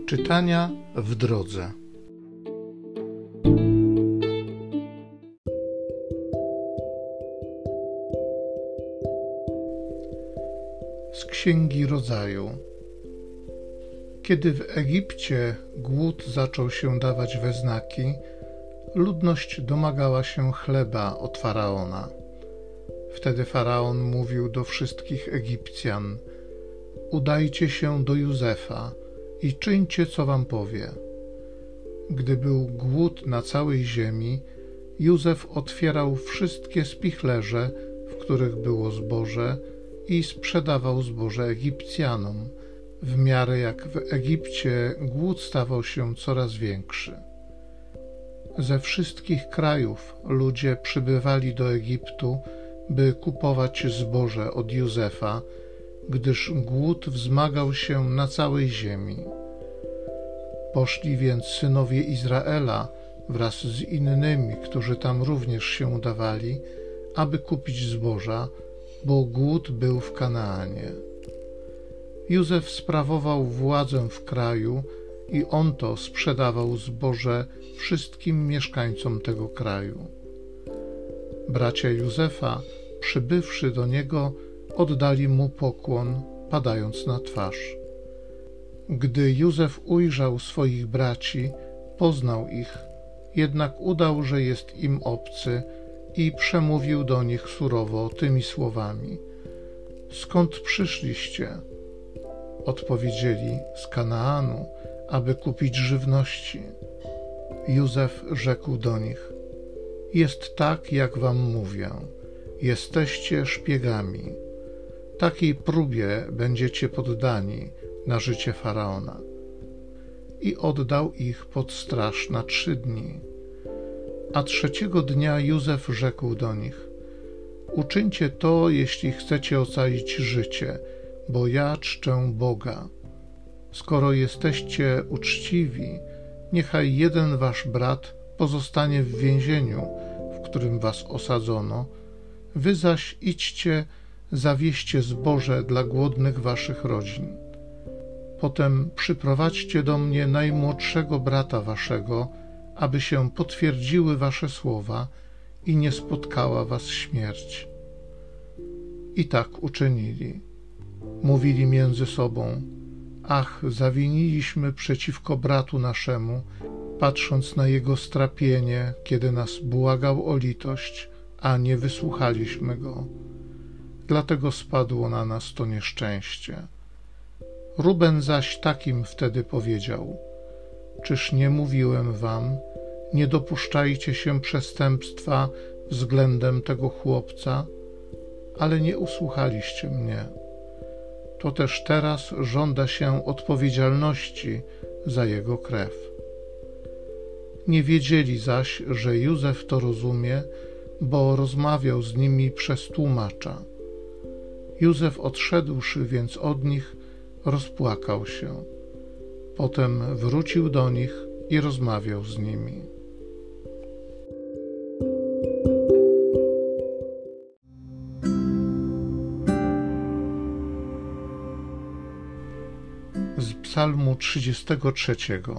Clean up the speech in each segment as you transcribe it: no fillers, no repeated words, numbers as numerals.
Czytania w drodze. Z Księgi Rodzaju. Kiedy w Egipcie głód zaczął się dawać we znaki, ludność domagała się chleba od Faraona. Wtedy Faraon mówił do wszystkich Egipcjan: udajcie się do Józefa i czyńcie, co wam powie. Gdy był głód na całej ziemi, Józef otwierał wszystkie spichlerze, w których było zboże, i sprzedawał zboże Egipcjanom, w miarę jak w Egipcie głód stawał się coraz większy. Ze wszystkich krajów ludzie przybywali do Egiptu, by kupować zboże od Józefa, gdyż głód wzmagał się na całej ziemi. Poszli więc synowie Izraela wraz z innymi, którzy tam również się udawali, aby kupić zboża, bo głód był w Kanaanie. Józef sprawował władzę w kraju i on to sprzedawał zboże wszystkim mieszkańcom tego kraju. Bracia Józefa, przybywszy do niego, oddali mu pokłon, padając na twarz. Gdy Józef ujrzał swoich braci, poznał ich, jednak udał, że jest im obcy i przemówił do nich surowo tymi słowami: skąd przyszliście? Odpowiedzieli: z Kanaanu, aby kupić żywności. Józef rzekł do nich: jest tak, jak wam mówię, jesteście szpiegami. Takiej próbie będziecie poddani na życie Faraona. I oddał ich pod straż na 3 dni. A 3. dnia Józef rzekł do nich: uczyńcie to, jeśli chcecie ocalić życie, bo ja czczę Boga. Skoro jesteście uczciwi, niechaj jeden wasz brat pozostanie w więzieniu, w którym was osadzono, wy zaś idźcie, zawieźcie zboże dla głodnych waszych rodzin. Potem przyprowadźcie do mnie najmłodszego brata waszego, aby się potwierdziły wasze słowa i nie spotkała was śmierć. I tak uczynili. Mówili między sobą: ach, zawiniliśmy przeciwko bratu naszemu, patrząc na jego strapienie, kiedy nas błagał o litość, a nie wysłuchaliśmy go. Dlatego spadło na nas to nieszczęście. Ruben zaś takim wtedy powiedział: czyż nie mówiłem wam, nie dopuszczajcie się przestępstwa względem tego chłopca? Ale nie usłuchaliście mnie. To też teraz żąda się odpowiedzialności za jego krew. Nie wiedzieli zaś, że Józef to rozumie, bo rozmawiał z nimi przez tłumacza. Józef, odszedłszy więc od nich, rozpłakał się. Potem wrócił do nich i rozmawiał z nimi. Z Psalmu 33.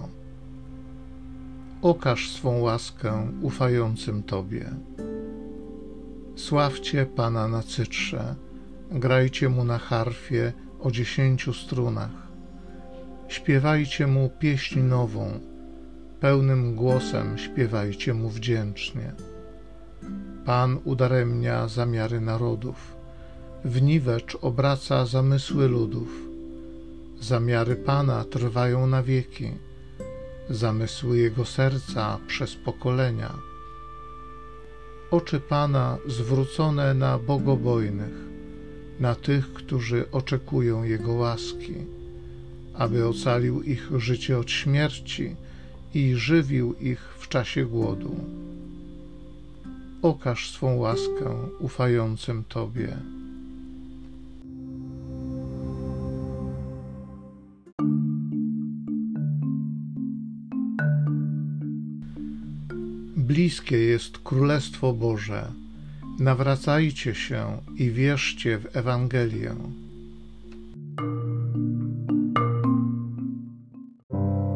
Okaż swą łaskę ufającym Tobie. Sławcie Pana na cytrze, grajcie Mu na harfie o 10 strunach. Śpiewajcie Mu pieśń nową, pełnym głosem śpiewajcie Mu wdzięcznie. Pan udaremnia zamiary narodów, w niwecz obraca zamysły ludów. Zamiary Pana trwają na wieki, zamysły Jego serca przez pokolenia. Oczy Pana zwrócone na bogobojnych, na tych, którzy oczekują Jego łaski, aby ocalił ich życie od śmierci i żywił ich w czasie głodu. Okaż swą łaskę ufającym Tobie. Bliskie jest Królestwo Boże. Nawracajcie się i wierzcie w Ewangelię.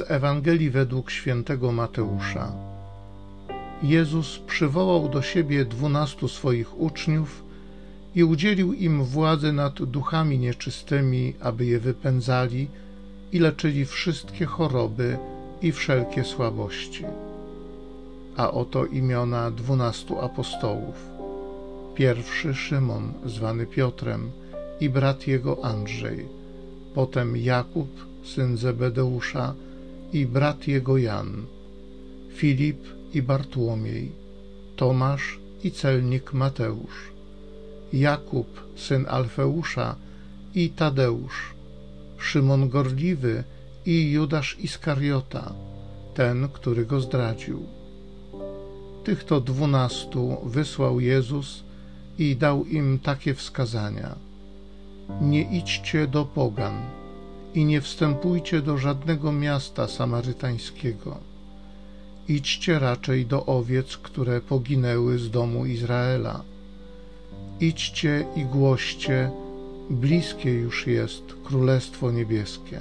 Ewangelii według świętego Mateusza. Jezus przywołał do siebie 12 swoich uczniów i udzielił im władzy nad duchami nieczystymi, aby je wypędzali i leczyli wszystkie choroby i wszelkie słabości. A oto imiona 12 apostołów. Pierwszy Szymon, zwany Piotrem, i brat jego Andrzej, potem Jakub, syn Zebedeusza, i brat jego Jan, Filip i Bartłomiej, Tomasz i celnik Mateusz, Jakub, syn Alfeusza, i Tadeusz, Szymon Gorliwy i Judasz Iskariota, ten, który go zdradził. Tych to 12 wysłał Jezus i dał im takie wskazania: nie idźcie do pogan i nie wstępujcie do żadnego miasta samarytańskiego. Idźcie raczej do owiec, które poginęły z domu Izraela. Idźcie i głoście, bliskie już jest Królestwo Niebieskie.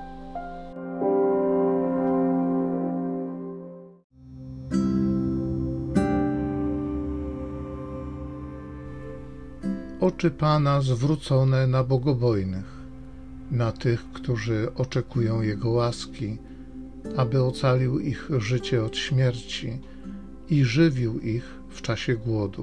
Oczy Pana zwrócone na bogobojnych, na tych, którzy oczekują Jego łaski, aby ocalił ich życie od śmierci i żywił ich w czasie głodu.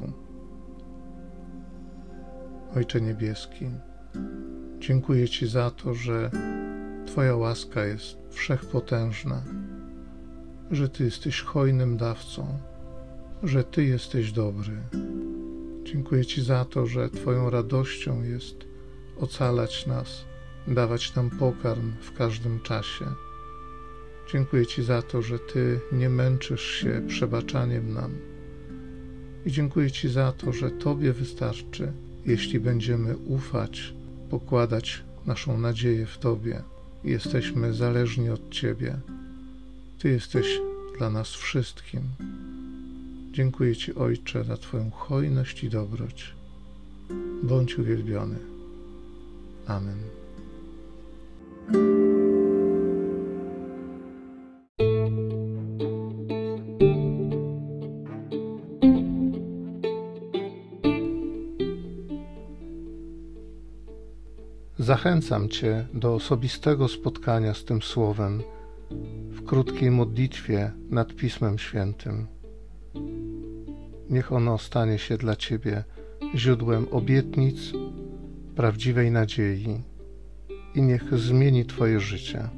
Ojcze Niebieski, dziękuję Ci za to, że Twoja łaska jest wszechpotężna, że Ty jesteś hojnym dawcą, że Ty jesteś dobry. Dziękuję Ci za to, że Twoją radością jest ocalać nas, dawać nam pokarm w każdym czasie. Dziękuję Ci za to, że Ty nie męczysz się przebaczaniem nam. I dziękuję Ci za to, że Tobie wystarczy, jeśli będziemy ufać, pokładać naszą nadzieję w Tobie. Jesteśmy zależni od Ciebie. Ty jesteś dla nas wszystkim. Dziękuję Ci, Ojcze, za Twoją hojność i dobroć. Bądź uwielbiony. Amen. Zachęcam Cię do osobistego spotkania z tym Słowem w krótkiej modlitwie nad Pismem Świętym. Niech ono stanie się dla Ciebie źródłem obietnic, prawdziwej nadziei i niech zmieni Twoje życie.